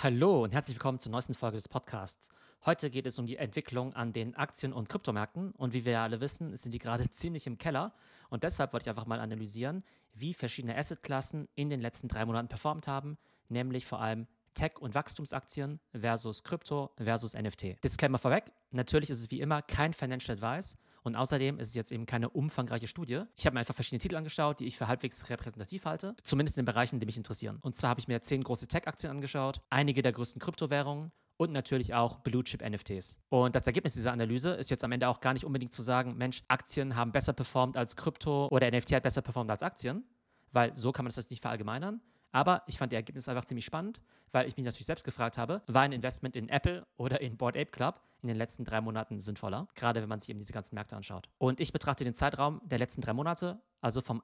Hallo und herzlich willkommen zur neuesten Folge des Podcasts. Heute geht es um die Entwicklung an den Aktien- und Kryptomärkten und wie wir ja alle wissen, sind die gerade ziemlich im Keller und deshalb wollte ich einfach mal analysieren, wie verschiedene Assetklassen in den letzten 3 Monaten performt haben, nämlich vor allem Tech- und Wachstumsaktien versus Krypto versus NFT. Disclaimer vorweg, natürlich ist es wie immer kein Financial Advice und außerdem ist es jetzt eben keine umfangreiche Studie. Ich habe mir einfach verschiedene Titel angeschaut, die ich für halbwegs repräsentativ halte, zumindest in den Bereichen, die mich interessieren. Und zwar habe ich mir 10 große Tech-Aktien angeschaut, einige der größten Kryptowährungen und natürlich auch Blue-Chip-NFTs. Und das Ergebnis dieser Analyse ist jetzt am Ende auch gar nicht unbedingt zu sagen, Mensch, Aktien haben besser performt als Krypto oder NFT hat besser performt als Aktien, weil so kann man das natürlich nicht verallgemeinern. Aber ich fand die Ergebnisse einfach ziemlich spannend, weil ich mich natürlich selbst gefragt habe, war ein Investment in Apple oder in Bored Ape Club in den letzten 3 Monaten sinnvoller, gerade wenn man sich eben diese ganzen Märkte anschaut. Und ich betrachte den Zeitraum der letzten 3 Monate, also vom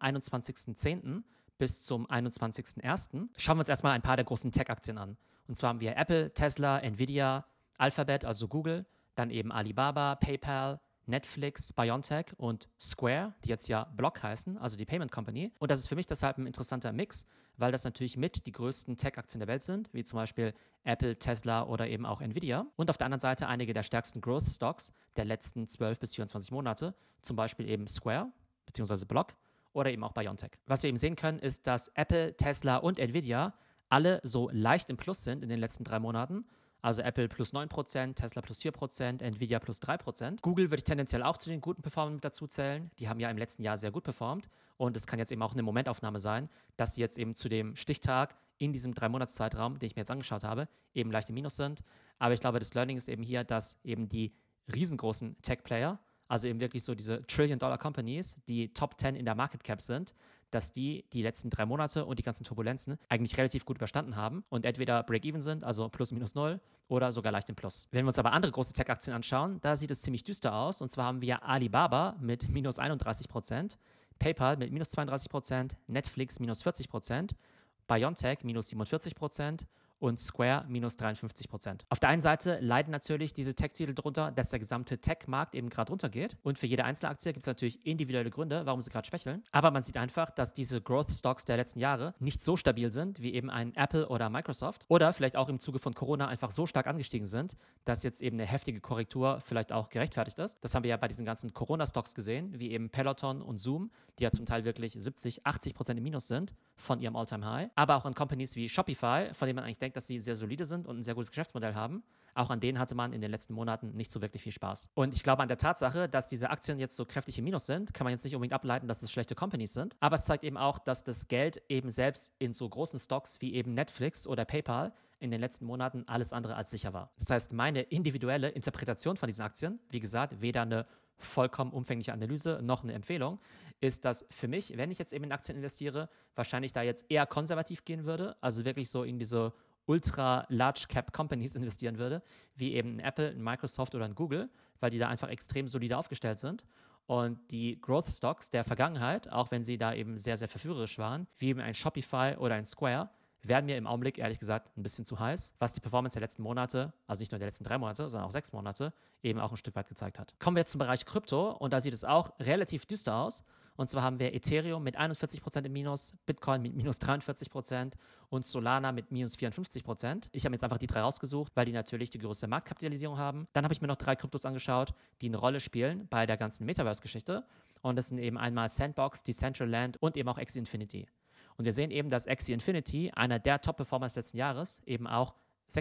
21.10. bis zum 21.01. Schauen wir uns erstmal ein paar der großen Tech-Aktien an. Und zwar haben wir Apple, Tesla, Nvidia, Alphabet, also Google, dann eben Alibaba, PayPal, Netflix, BioNTech und Square, die jetzt ja Block heißen, also die Payment Company. Und das ist für mich deshalb ein interessanter Mix, weil das natürlich mit die größten Tech-Aktien der Welt sind, wie zum Beispiel Apple, Tesla oder eben auch Nvidia. Und auf der anderen Seite einige der stärksten Growth-Stocks der letzten 12 bis 24 Monate, zum Beispiel eben Square bzw. Block oder eben auch BioNTech. Was wir eben sehen können, ist, dass Apple, Tesla und Nvidia alle so leicht im Plus sind in den letzten 3 Monaten. Also Apple plus 9%, Tesla plus 4%, Nvidia plus 3%. Google würde ich tendenziell auch zu den guten Performern mit dazu zählen. Die haben ja im letzten Jahr sehr gut performt. Und es kann jetzt eben auch eine Momentaufnahme sein, dass sie jetzt eben zu dem Stichtag in diesem 3-Monats-Zeitraum, den ich mir jetzt angeschaut habe, eben leicht im Minus sind. Aber ich glaube, das Learning ist eben hier, dass eben die riesengroßen Tech-Player, also eben wirklich so diese Trillion-Dollar-Companies, die Top 10 in der Market Cap sind, dass die letzten 3 Monate und die ganzen Turbulenzen eigentlich relativ gut überstanden haben und entweder Break-Even sind, also plus minus null, oder sogar leicht im Plus. Wenn wir uns aber andere große Tech-Aktien anschauen, da sieht es ziemlich düster aus. Und zwar haben wir Alibaba mit minus 31%, PayPal mit minus 32%, Netflix minus 40%, BioNTech minus 47% und Square minus 53%. Auf der einen Seite leiden natürlich diese Tech-Titel darunter, dass der gesamte Tech-Markt eben gerade runtergeht. Und für jede einzelne Aktie gibt es natürlich individuelle Gründe, warum sie gerade schwächeln. Aber man sieht einfach, dass diese Growth-Stocks der letzten Jahre nicht so stabil sind wie eben ein Apple oder Microsoft. Oder vielleicht auch im Zuge von Corona einfach so stark angestiegen sind, dass jetzt eben eine heftige Korrektur vielleicht auch gerechtfertigt ist. Das haben wir ja bei diesen ganzen Corona-Stocks gesehen, wie eben Peloton und Zoom, die ja zum Teil wirklich 70, 80% im Minus sind von ihrem All-Time-High. Aber auch an Companies wie Shopify, von denen man eigentlich denkt, dass sie sehr solide sind und ein sehr gutes Geschäftsmodell haben. Auch an denen hatte man in den letzten Monaten nicht so wirklich viel Spaß. Und ich glaube, an der Tatsache, dass diese Aktien jetzt so kräftig im Minus sind, kann man jetzt nicht unbedingt ableiten, dass es schlechte Companies sind. Aber es zeigt eben auch, dass das Geld eben selbst in so großen Stocks wie eben Netflix oder PayPal in den letzten Monaten alles andere als sicher war. Das heißt, meine individuelle Interpretation von diesen Aktien, wie gesagt, weder eine vollkommen umfängliche Analyse noch eine Empfehlung, ist, dass für mich, wenn ich jetzt eben in Aktien investiere, wahrscheinlich da jetzt eher konservativ gehen würde, also wirklich so in diese Ultra-Large-Cap-Companies investieren würde, wie eben ein Apple, ein Microsoft oder ein Google, weil die da einfach extrem solide aufgestellt sind. Und die Growth-Stocks der Vergangenheit, auch wenn sie da eben sehr, sehr verführerisch waren, wie eben ein Shopify oder ein Square, werden mir im Augenblick ehrlich gesagt ein bisschen zu heiß, was die Performance der letzten Monate, also nicht nur der letzten 3 Monate, sondern auch 6 Monate, eben auch ein Stück weit gezeigt hat. Kommen wir jetzt zum Bereich Krypto und da sieht es auch relativ düster aus. Und zwar haben wir Ethereum mit 41% im Minus, Bitcoin mit minus 43% und Solana mit minus 54%. Ich habe jetzt einfach die 3 rausgesucht, weil die natürlich die größte Marktkapitalisierung haben. Dann habe ich mir noch 3 Kryptos angeschaut, die eine Rolle spielen bei der ganzen Metaverse-Geschichte. Und das sind eben einmal Sandbox, Decentraland und eben auch Axie Infinity. Und wir sehen eben, dass Axie Infinity, einer der Top-Performer des letzten Jahres, eben auch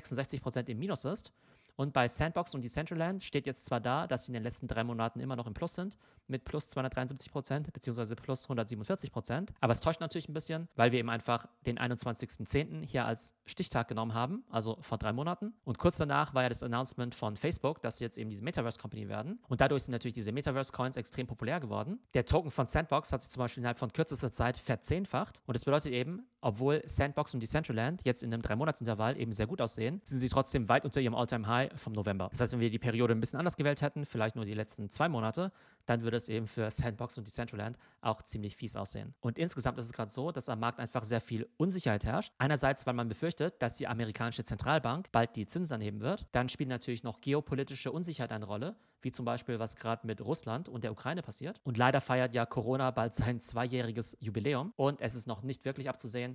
66% im Minus ist. Und bei Sandbox und Decentraland steht jetzt zwar da, dass sie in den letzten 3 Monaten immer noch im Plus sind, mit plus 273% bzw. plus 147%. Aber es täuscht natürlich ein bisschen, weil wir eben einfach den 21.10. hier als Stichtag genommen haben, also vor 3 Monaten. Und kurz danach war ja das Announcement von Facebook, dass sie jetzt eben diese Metaverse-Company werden. Und dadurch sind natürlich diese Metaverse-Coins extrem populär geworden. Der Token von Sandbox hat sich zum Beispiel innerhalb von kürzester Zeit verzehnfacht. Und das bedeutet eben, obwohl Sandbox und Decentraland jetzt in einem 3-Monats-Intervall eben sehr gut aussehen, sind sie trotzdem weit unter ihrem All-Time-High vom November. Das heißt, wenn wir die Periode ein bisschen anders gewählt hätten, vielleicht nur die letzten 2 Monate, dann würde es eben für Sandbox und Decentraland auch ziemlich fies aussehen. Und insgesamt ist es gerade so, dass am Markt einfach sehr viel Unsicherheit herrscht. Einerseits, weil man befürchtet, dass die amerikanische Zentralbank bald die Zinsen anheben wird. Dann spielt natürlich noch geopolitische Unsicherheit eine Rolle, wie zum Beispiel, was gerade mit Russland und der Ukraine passiert. Und leider feiert ja Corona bald sein 2-jähriges Jubiläum und es ist noch nicht wirklich abzusehen,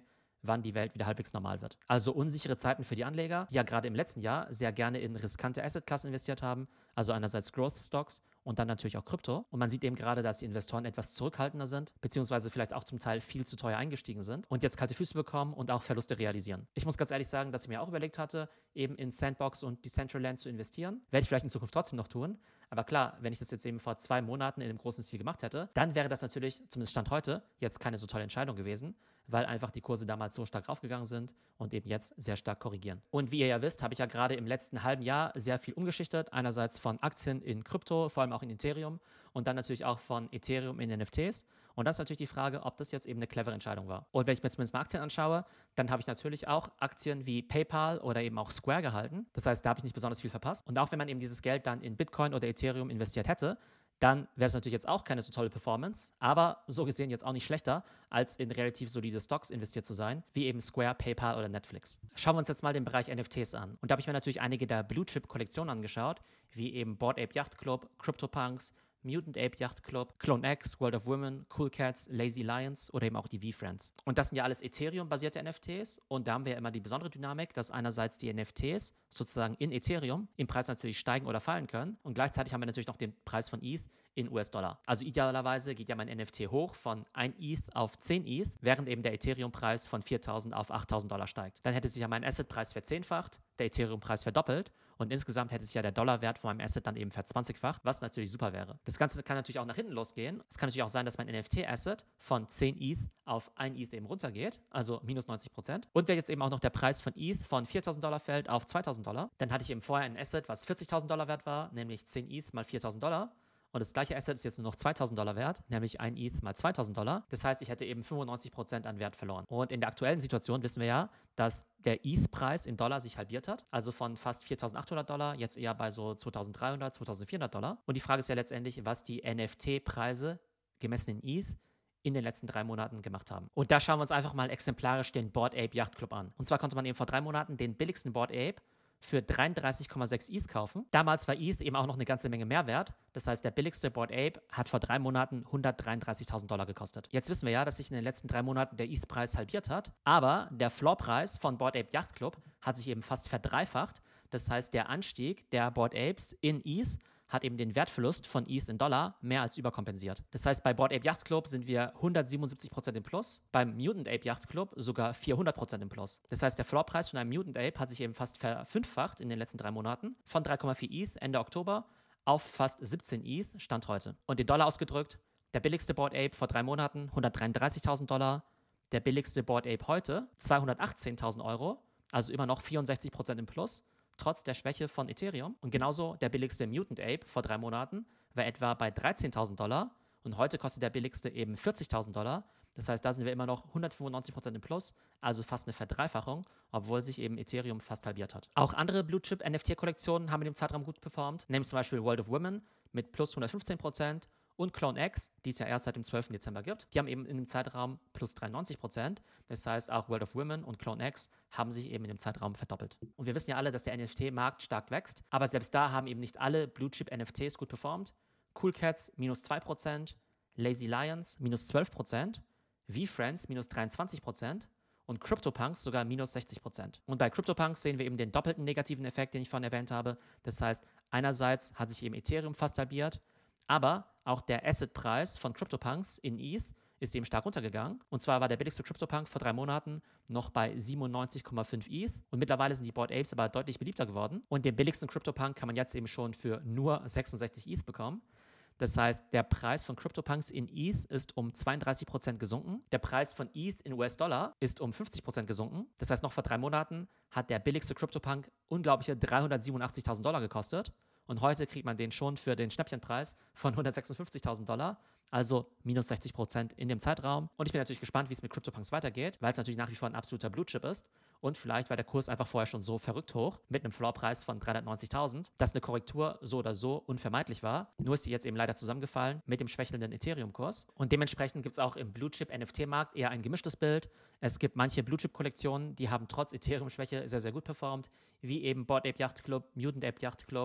wann die Welt wieder halbwegs normal wird. Also unsichere Zeiten für die Anleger, die ja gerade im letzten Jahr sehr gerne in riskante Assetklassen investiert haben, also einerseits Growth Stocks und dann natürlich auch Krypto. Und man sieht eben gerade, dass die Investoren etwas zurückhaltender sind, beziehungsweise vielleicht auch zum Teil viel zu teuer eingestiegen sind und jetzt kalte Füße bekommen und auch Verluste realisieren. Ich muss ganz ehrlich sagen, dass ich mir auch überlegt hatte, eben in Sandbox und Decentraland zu investieren. Werde ich vielleicht in Zukunft trotzdem noch tun. Aber klar, wenn ich das jetzt eben vor 2 Monaten in einem großen Stil gemacht hätte, dann wäre das natürlich, zumindest Stand heute, jetzt keine so tolle Entscheidung gewesen, weil einfach die Kurse damals so stark raufgegangen sind und eben jetzt sehr stark korrigieren. Und wie ihr ja wisst, habe ich ja gerade im letzten halben Jahr sehr viel umgeschichtet. Einerseits von Aktien in Krypto, vor allem auch in Ethereum und dann natürlich auch von Ethereum in NFTs. Und das ist natürlich die Frage, ob das jetzt eben eine clevere Entscheidung war. Und wenn ich mir zumindest mal Aktien anschaue, dann habe ich natürlich auch Aktien wie PayPal oder eben auch Square gehalten. Das heißt, da habe ich nicht besonders viel verpasst. Und auch wenn man eben dieses Geld dann in Bitcoin oder Ethereum investiert hätte, dann wäre es natürlich jetzt auch keine so tolle Performance, aber so gesehen jetzt auch nicht schlechter, als in relativ solide Stocks investiert zu sein, wie eben Square, PayPal oder Netflix. Schauen wir uns jetzt mal den Bereich NFTs an. Und da habe ich mir natürlich einige der Blue-Chip-Kollektionen angeschaut, wie eben Bored Ape Yacht Club, CryptoPunks, Mutant Ape Yacht Club, Clone X, World of Women, Cool Cats, Lazy Lions oder eben auch die V-Friends. Und das sind ja alles Ethereum-basierte NFTs und da haben wir ja immer die besondere Dynamik, dass einerseits die NFTs sozusagen in Ethereum im Preis natürlich steigen oder fallen können und gleichzeitig haben wir natürlich noch den Preis von ETH in US-Dollar. Also idealerweise geht ja mein NFT hoch von 1 ETH auf 10 ETH, während eben der Ethereum-Preis von 4.000 auf 8.000 Dollar steigt. Dann hätte sich ja mein Asset-Preis verzehnfacht, der Ethereum-Preis verdoppelt und insgesamt hätte sich ja der Dollarwert von meinem Asset dann eben verzwanzigfacht, was natürlich super wäre. Das Ganze kann natürlich auch nach hinten losgehen. Es kann natürlich auch sein, dass mein NFT-Asset von 10 ETH auf 1 ETH eben runtergeht, also minus 90%. Und wenn jetzt eben auch noch der Preis von ETH von 4.000 Dollar fällt auf 2.000 Dollar, dann hatte ich eben vorher ein Asset, was 40.000 Dollar wert war, nämlich 10 ETH mal 4.000 Dollar. Und das gleiche Asset ist jetzt nur noch 2.000 Dollar wert, nämlich 1 ETH mal 2.000 Dollar. Das heißt, ich hätte eben 95% an Wert verloren. Und in der aktuellen Situation wissen wir ja, dass der ETH-Preis in Dollar sich halbiert hat. Also von fast 4.800 Dollar, jetzt eher bei so 2.300, 2.400 Dollar. Und die Frage ist ja letztendlich, was die NFT-Preise gemessen in ETH in den letzten 3 Monaten gemacht haben. Und da schauen wir uns einfach mal exemplarisch den Bored Ape Yacht Club an. Und zwar konnte man eben vor 3 Monaten den billigsten Bored Ape für 33,6 ETH kaufen. Damals war ETH eben auch noch eine ganze Menge mehr wert. Das heißt, der billigste Bored Ape hat vor 3 Monaten 133.000 Dollar gekostet. Jetzt wissen wir ja, dass sich in den letzten 3 Monaten der ETH-Preis halbiert hat, aber der Floorpreis von Bored Ape Yacht Club hat sich eben fast verdreifacht. Das heißt, der Anstieg der Bored Apes in ETH hat eben den Wertverlust von ETH in Dollar mehr als überkompensiert. Das heißt, bei Bored Ape Yacht Club sind wir 177% im Plus, beim Mutant Ape Yacht Club sogar 400% im Plus. Das heißt, der Floorpreis von einem Mutant Ape hat sich eben fast verfünffacht in den letzten 3 Monaten, von 3,4 ETH Ende Oktober auf fast 17 ETH Stand heute. Und in Dollar ausgedrückt, der billigste Bored Ape vor 3 Monaten 133.000 Dollar, der billigste Bored Ape heute 218.000 Euro, also immer noch 64% im Plus, trotz der Schwäche von Ethereum. Und genauso der billigste Mutant Ape vor 3 Monaten war etwa bei 13.000 Dollar und heute kostet der billigste eben 40.000 Dollar. Das heißt, da sind wir immer noch 195% im Plus, also fast eine Verdreifachung, obwohl sich eben Ethereum fast halbiert hat. Auch andere Blue-Chip-NFT-Kollektionen haben in dem Zeitraum gut performt, nämlich zum Beispiel World of Women mit plus 115% und Clone X, die es ja erst seit dem 12. Dezember gibt. Die haben eben in dem Zeitraum plus 93%. Das heißt, auch World of Women und Clone X haben sich eben in dem Zeitraum verdoppelt. Und wir wissen ja alle, dass der NFT-Markt stark wächst, aber selbst da haben eben nicht alle Blue-Chip-NFTs gut performt. Cool Cats minus 2%, Lazy Lions minus 12%, V-Friends minus 23% und CryptoPunks sogar minus 60%. Und bei CryptoPunks sehen wir eben den doppelten negativen Effekt, den ich vorhin erwähnt habe. Das heißt, einerseits hat sich eben Ethereum fast halbiert, aber auch der Assetpreis von CryptoPunks in ETH ist eben stark runtergegangen. Und zwar war der billigste CryptoPunk vor 3 Monaten noch bei 97,5 ETH und mittlerweile sind die Bored Apes aber deutlich beliebter geworden. Und den billigsten CryptoPunk kann man jetzt eben schon für nur 66 ETH bekommen. Das heißt, der Preis von CryptoPunks in ETH ist um 32% gesunken. Der Preis von ETH in US-Dollar ist um 50% gesunken. Das heißt, noch vor 3 Monaten hat der billigste CryptoPunk unglaubliche 387.000 Dollar gekostet. Und heute kriegt man den schon für den Schnäppchenpreis von 156.000 Dollar, also minus 60% in dem Zeitraum. Und ich bin natürlich gespannt, wie es mit CryptoPunks weitergeht, weil es natürlich nach wie vor ein absoluter Blue-Chip ist. Und vielleicht war der Kurs einfach vorher schon so verrückt hoch, mit einem Floorpreis von 390.000, dass eine Korrektur so oder so unvermeidlich war. Nur ist die jetzt eben leider zusammengefallen mit dem schwächelnden Ethereum-Kurs. Und dementsprechend gibt es auch im Blue-Chip-NFT-Markt eher ein gemischtes Bild. Es gibt manche Blue-Chip-Kollektionen, die haben trotz Ethereum-Schwäche sehr, sehr gut performt, wie eben Bored Ape Yacht Club, Mutant Ape Yacht Club,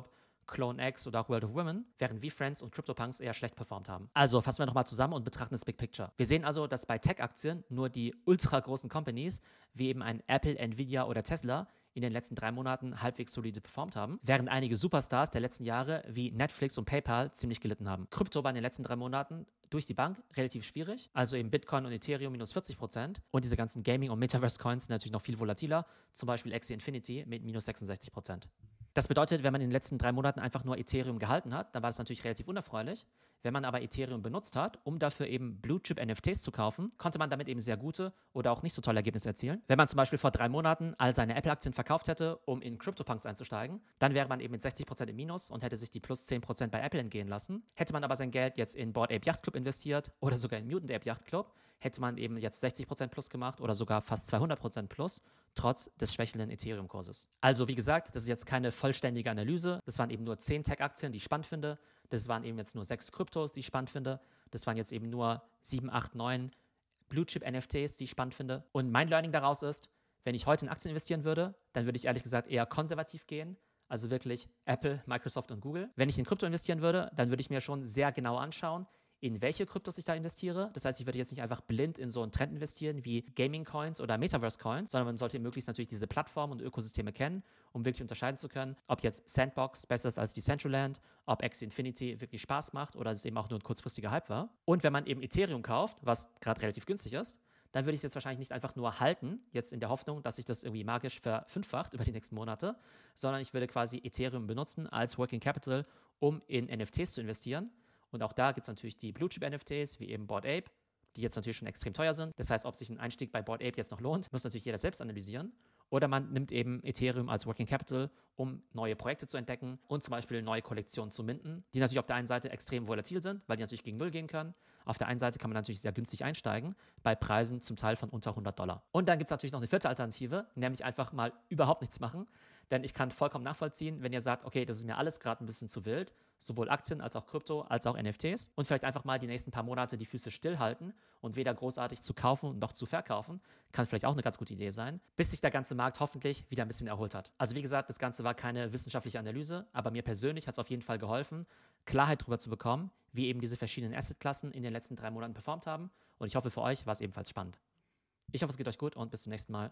Clone X oder auch World of Women, während VeeFriends und CryptoPunks eher schlecht performt haben. Also fassen wir nochmal zusammen und betrachten das Big Picture. Wir sehen also, dass bei Tech-Aktien nur die ultra großen Companies, wie eben ein Apple, Nvidia oder Tesla, in den letzten 3 Monaten halbwegs solide performt haben, während einige Superstars der letzten Jahre wie Netflix und PayPal ziemlich gelitten haben. Krypto war in den letzten 3 Monaten durch die Bank relativ schwierig, also eben Bitcoin und Ethereum minus 40% und diese ganzen Gaming- und Metaverse-Coins sind natürlich noch viel volatiler, zum Beispiel Axie Infinity mit minus 66%. Das bedeutet, wenn man in den letzten 3 Monaten einfach nur Ethereum gehalten hat, dann war das natürlich relativ unerfreulich. Wenn man aber Ethereum benutzt hat, um dafür eben Blue-Chip-NFTs zu kaufen, konnte man damit eben sehr gute oder auch nicht so tolle Ergebnisse erzielen. Wenn man zum Beispiel vor 3 Monaten all seine Apple-Aktien verkauft hätte, um in CryptoPunks einzusteigen, dann wäre man eben mit 60% im Minus und hätte sich die plus 10% bei Apple entgehen lassen. Hätte man aber sein Geld jetzt in Bored Ape Yacht Club investiert oder sogar in Mutant Ape Yacht Club, hätte man eben jetzt 60% plus gemacht oder sogar fast 200% plus, trotz des schwächelnden Ethereum-Kurses. Also wie gesagt, das ist jetzt keine vollständige Analyse. Das waren eben nur 10 Tech-Aktien, die ich spannend finde. Das waren eben jetzt nur 6 Kryptos, die ich spannend finde. Das waren jetzt eben nur 7, 8, 9 Blue-Chip-NFTs, die ich spannend finde. Und mein Learning daraus ist, wenn ich heute in Aktien investieren würde, dann würde ich ehrlich gesagt eher konservativ gehen. Also wirklich Apple, Microsoft und Google. Wenn ich in Krypto investieren würde, dann würde ich mir schon sehr genau anschauen, in welche Kryptos ich da investiere. Das heißt, ich würde jetzt nicht einfach blind in so einen Trend investieren wie Gaming-Coins oder Metaverse-Coins, sondern man sollte möglichst natürlich diese Plattformen und Ökosysteme kennen, um wirklich unterscheiden zu können, ob jetzt Sandbox besser ist als Decentraland, ob Axie Infinity wirklich Spaß macht oder es eben auch nur ein kurzfristiger Hype war. Und wenn man eben Ethereum kauft, was gerade relativ günstig ist, dann würde ich es jetzt wahrscheinlich nicht einfach nur halten, jetzt in der Hoffnung, dass sich das irgendwie magisch verfünffacht über die nächsten Monate, sondern ich würde quasi Ethereum benutzen als Working Capital, um in NFTs zu investieren. Und auch da gibt es natürlich die Blue-Chip-NFTs, wie eben Bored Ape, die jetzt natürlich schon extrem teuer sind. Das heißt, ob sich ein Einstieg bei Bored Ape jetzt noch lohnt, muss natürlich jeder selbst analysieren. Oder man nimmt eben Ethereum als Working Capital, um neue Projekte zu entdecken und zum Beispiel neue Kollektionen zu minten, die natürlich auf der einen Seite extrem volatil sind, weil die natürlich gegen Null gehen können. Auf der einen Seite kann man natürlich sehr günstig einsteigen, bei Preisen zum Teil von unter $100. Und dann gibt es natürlich noch eine vierte Alternative, nämlich einfach mal überhaupt nichts machen. Denn ich kann vollkommen nachvollziehen, wenn ihr sagt, okay, das ist mir alles gerade ein bisschen zu wild, sowohl Aktien als auch Krypto als auch NFTs und vielleicht einfach mal die nächsten paar Monate die Füße stillhalten und weder großartig zu kaufen noch zu verkaufen, kann vielleicht auch eine ganz gute Idee sein, bis sich der ganze Markt hoffentlich wieder ein bisschen erholt hat. Also wie gesagt, das Ganze war keine wissenschaftliche Analyse, aber mir persönlich hat es auf jeden Fall geholfen, Klarheit darüber zu bekommen, wie eben diese verschiedenen Assetklassen in den letzten 3 Monaten performt haben und ich hoffe, für euch war es ebenfalls spannend. Ich hoffe, es geht euch gut und bis zum nächsten Mal.